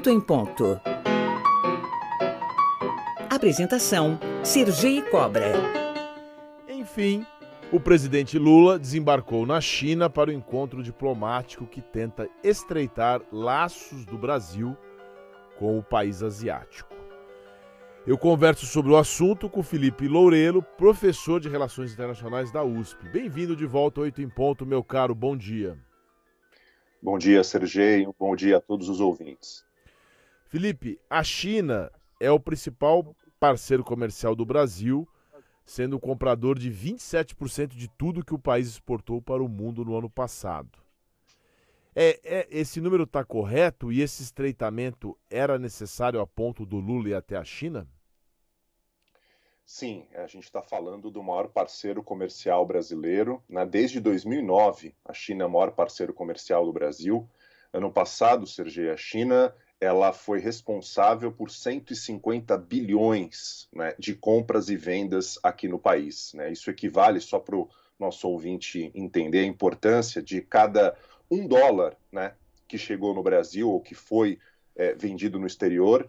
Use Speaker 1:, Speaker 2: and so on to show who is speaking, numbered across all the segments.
Speaker 1: 8 em ponto. Apresentação: Sergi Cobra.
Speaker 2: Enfim, o presidente Lula desembarcou na China para o encontro diplomático que tenta estreitar laços do Brasil com o país asiático. Eu converso sobre o assunto com Felipe Loureiro, professor de Relações Internacionais da USP. Bem-vindo de volta ao 8 em ponto, meu caro, bom dia.
Speaker 3: Bom dia, Sergi, bom dia a todos os ouvintes.
Speaker 2: Felipe, a China é o principal parceiro comercial do Brasil, sendo o comprador de 27% de tudo que o país exportou para o mundo no ano passado. Esse número está correto e esse estreitamento era necessário a ponto do Lula ir até a China?
Speaker 3: Sim, a gente está falando do maior parceiro comercial brasileiro, né? Desde 2009, a China é o maior parceiro comercial do Brasil. Ano passado, Sergi, a China ela foi responsável por 150 bilhões, né, de compras e vendas aqui no país, né? Isso equivale, só para o nosso ouvinte entender a importância, de cada $1, né, que chegou no Brasil ou que foi vendido no exterior,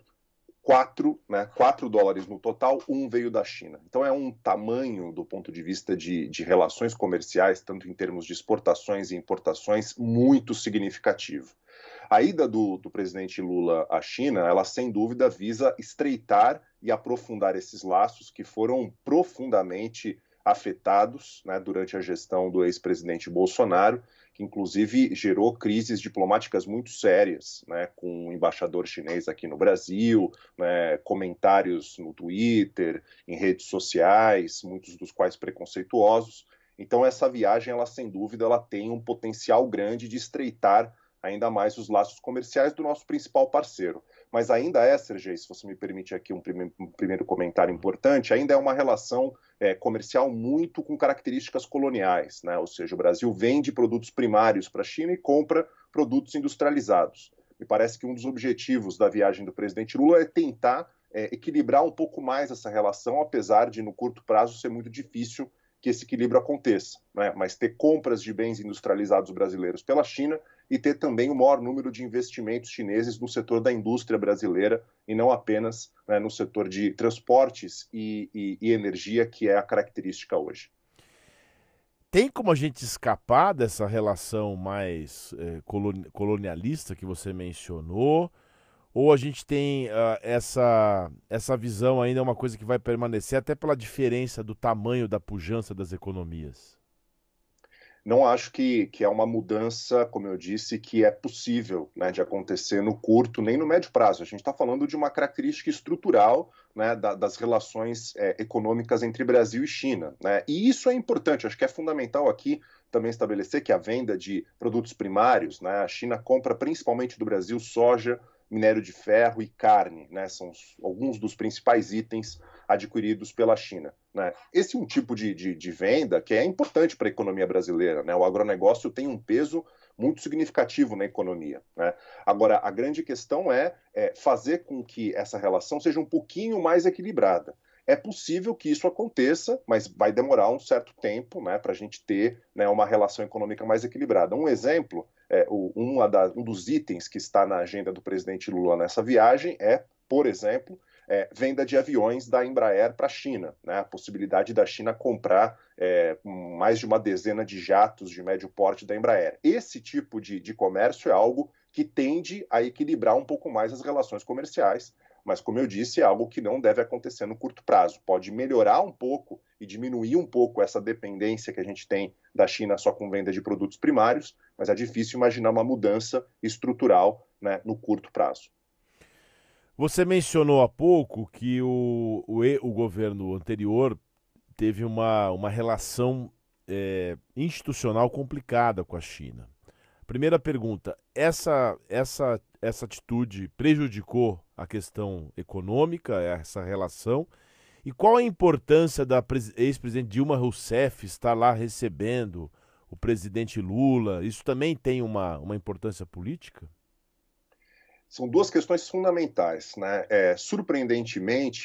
Speaker 3: 4 dólares no total, 1 veio da China. Então é um tamanho, do ponto de vista de relações comerciais, tanto em termos de exportações e importações, muito significativo. A ida do presidente Lula à China, ela sem dúvida visa estreitar e aprofundar esses laços que foram profundamente afetados, né, durante a gestão do ex-presidente Bolsonaro, que inclusive gerou crises diplomáticas muito sérias, né, com o embaixador chinês aqui no Brasil, né, comentários no Twitter, em redes sociais, muitos dos quais preconceituosos. Então essa viagem, ela sem dúvida, ela tem um potencial grande de estreitar ainda mais os laços comerciais do nosso principal parceiro. Mas ainda é, Sergei, se você me permite aqui um primeiro comentário importante, ainda é uma relação comercial muito com características coloniais, né? Ou seja, o Brasil vende produtos primários para a China e compra produtos industrializados. Me parece que um dos objetivos da viagem do presidente Lula é tentar equilibrar um pouco mais essa relação, apesar de, no curto prazo, ser muito difícil que esse equilíbrio aconteça, né? Mas ter compras de bens industrializados brasileiros pela China e ter também o maior número de investimentos chineses no setor da indústria brasileira e não apenas, né, no setor de transportes e energia, que é a característica hoje.
Speaker 2: Tem como a gente escapar dessa relação mais colonialista que você mencionou? Ou a gente tem essa visão ainda, é uma coisa que vai permanecer até pela diferença do tamanho da pujança das economias?
Speaker 3: Não acho que é uma mudança, como eu disse, que é possível, né, de acontecer no curto nem no médio prazo. A gente está falando de uma característica estrutural, né, das relações econômicas entre Brasil e China, né? E isso é importante, acho que é fundamental aqui também estabelecer que a venda de produtos primários, né, a China compra principalmente do Brasil soja, minério de ferro e carne, né? São alguns dos principais itens adquiridos pela China, né? Esse é um tipo de venda que é importante para a economia brasileira, né? O agronegócio tem um peso muito significativo na economia, né? Agora, a grande questão é fazer com que essa relação seja um pouquinho mais equilibrada. É possível que isso aconteça, mas vai demorar um certo tempo, né, para a gente ter, né, uma relação econômica mais equilibrada. Um exemplo, um dos itens que está na agenda do presidente Lula nessa viagem é, por exemplo, venda de aviões da Embraer para a China, né, a possibilidade da China comprar mais de uma dezena de jatos de médio porte da Embraer. Esse tipo de comércio é algo que tende a equilibrar um pouco mais as relações comerciais, mas, como eu disse, é algo que não deve acontecer no curto prazo. Pode melhorar um pouco e diminuir um pouco essa dependência que a gente tem da China só com venda de produtos primários, mas é difícil imaginar uma mudança estrutural, né, no curto prazo.
Speaker 2: Você mencionou há pouco que o governo anterior teve uma relação institucional complicada com a China. Primeira pergunta, essa atitude prejudicou a questão econômica, essa relação? E qual a importância da ex-presidente Dilma Rousseff estar lá recebendo o presidente Lula? Isso também tem uma importância política?
Speaker 3: São duas questões fundamentais, né? Surpreendentemente,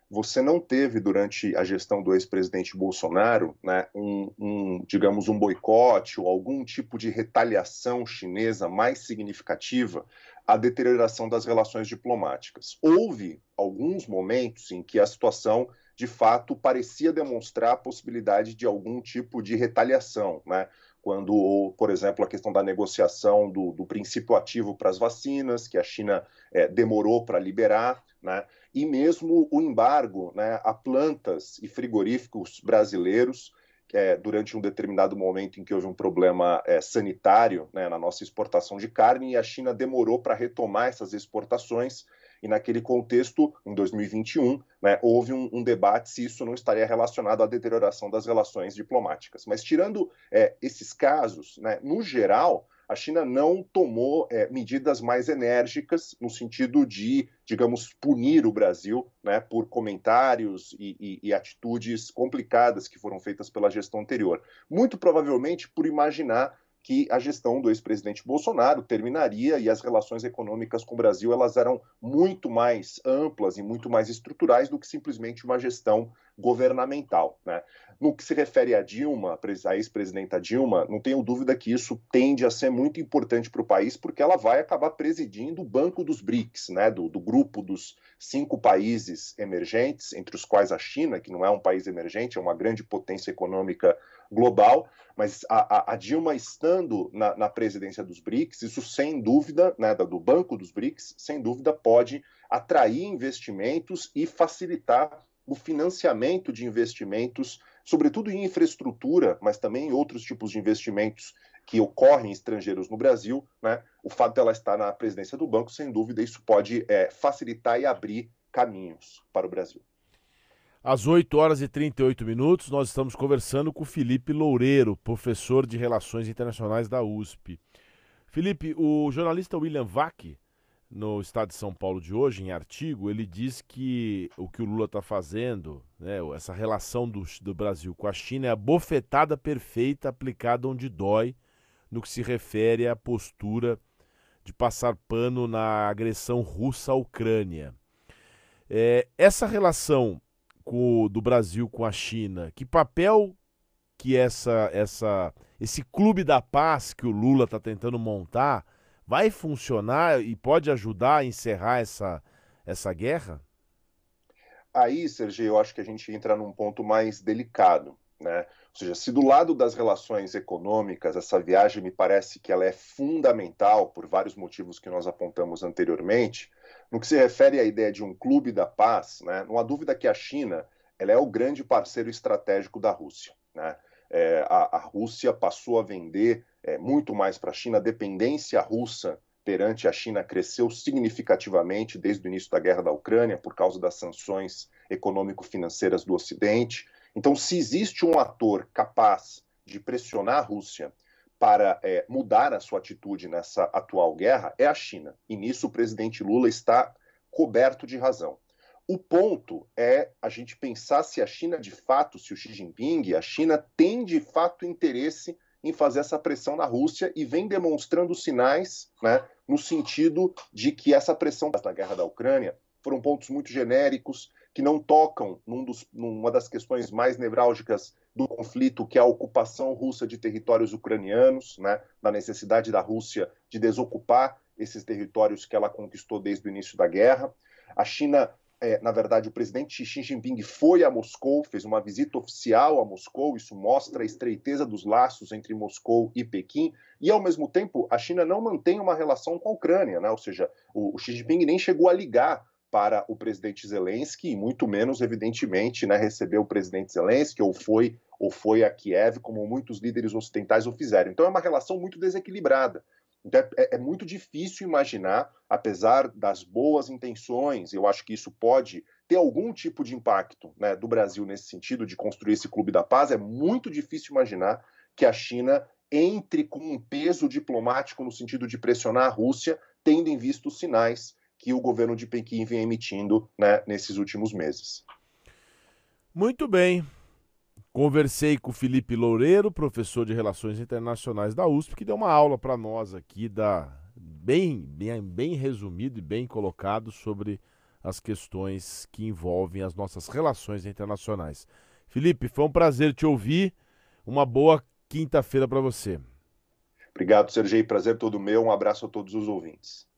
Speaker 3: você não teve durante a gestão do ex-presidente Bolsonaro, né, digamos, um boicote ou algum tipo de retaliação chinesa mais significativa à deterioração das relações diplomáticas. Houve alguns momentos em que a situação, de fato, parecia demonstrar a possibilidade de algum tipo de retaliação, né? Quando, por exemplo, a questão da negociação do princípio ativo para as vacinas, que a China demorou para liberar, né? E mesmo o embargo, né, a plantas e frigoríficos brasileiros, durante um determinado momento em que houve um problema sanitário, né, na nossa exportação de carne, e a China demorou para retomar essas exportações, e naquele contexto, em 2021, né, houve um debate se isso não estaria relacionado à deterioração das relações diplomáticas. Mas tirando esses casos, né, no geral, a China não tomou medidas mais enérgicas no sentido de, digamos, punir o Brasil, né, por comentários e atitudes complicadas que foram feitas pela gestão anterior. Muito provavelmente por imaginar que a gestão do ex-presidente Bolsonaro terminaria e as relações econômicas com o Brasil elas eram muito mais amplas e muito mais estruturais do que simplesmente uma gestão governamental, né? No que se refere a Dilma, a ex-presidenta Dilma, não tenho dúvida que isso tende a ser muito importante para o país, porque ela vai acabar presidindo o Banco dos BRICS, né, do grupo dos 5 países emergentes, entre os quais a China, que não é um país emergente, é uma grande potência econômica global, mas a Dilma estando na presidência dos BRICS, isso sem dúvida, né, do Banco dos BRICS, sem dúvida pode atrair investimentos e facilitar o financiamento de investimentos, sobretudo em infraestrutura, mas também em outros tipos de investimentos que ocorrem estrangeiros no Brasil, né? O fato dela estar na presidência do banco, sem dúvida, isso pode facilitar e abrir caminhos para o Brasil.
Speaker 2: Às 8h38, nós estamos conversando com o Felipe Loureiro, professor de Relações Internacionais da USP. Felipe, o jornalista William Vac, no Estado de São Paulo de hoje, em artigo, ele diz que o que o Lula está fazendo, né, essa relação do Brasil com a China é a bofetada perfeita aplicada onde dói, no que se refere à postura de passar pano na agressão russa à Ucrânia. Essa relação do Brasil com a China, que papel que esse clube da paz que o Lula está tentando montar vai funcionar e pode ajudar a encerrar essa guerra?
Speaker 3: Aí, Sergio, eu acho que a gente entra num ponto mais delicado, né? Ou seja, se do lado das relações econômicas essa viagem me parece que ela é fundamental por vários motivos que nós apontamos anteriormente, no que se refere à ideia de um clube da paz, né, não há dúvida que a China ela é o grande parceiro estratégico da Rússia, né? A Rússia passou a vender muito mais para a China, a dependência russa perante a China cresceu significativamente desde o início da guerra da Ucrânia por causa das sanções econômico-financeiras do Ocidente. Então, se existe um ator capaz de pressionar a Rússia para mudar a sua atitude nessa atual guerra, é a China. E nisso o presidente Lula está coberto de razão. O ponto é a gente pensar se a China de fato, se o Xi Jinping, a China tem de fato interesse em fazer essa pressão na Rússia e vem demonstrando sinais, né, no sentido de que essa pressão da guerra da Ucrânia foram pontos muito genéricos, que não tocam numa das questões mais nevrálgicas do conflito, que é a ocupação russa de territórios ucranianos, né, da necessidade da Rússia de desocupar esses territórios que ela conquistou desde o início da guerra. A China, na verdade, o presidente Xi Jinping foi a Moscou, fez uma visita oficial a Moscou, isso mostra a estreiteza dos laços entre Moscou e Pequim, e ao mesmo tempo a China não mantém uma relação com a Ucrânia, né? Ou seja, o Xi Jinping nem chegou a ligar para o presidente Zelensky, e muito menos, evidentemente, né, recebeu o presidente Zelensky ou foi a Kiev, como muitos líderes ocidentais o fizeram. Então é uma relação muito desequilibrada. Então é muito difícil imaginar, apesar das boas intenções, eu acho que isso pode ter algum tipo de impacto, né, do Brasil nesse sentido, de construir esse clube da paz, é muito difícil imaginar que a China entre com um peso diplomático no sentido de pressionar a Rússia, tendo em vista os sinais que o governo de Pequim vem emitindo, né, nesses últimos meses.
Speaker 2: Muito bem. Conversei com o Felipe Loureiro, professor de Relações Internacionais da USP, que deu uma aula para nós aqui, bem resumido e bem colocado sobre as questões que envolvem as nossas relações internacionais. Felipe, foi um prazer te ouvir. Uma boa quinta-feira para você.
Speaker 3: Obrigado, Sergei. Prazer todo meu. Um abraço a todos os ouvintes.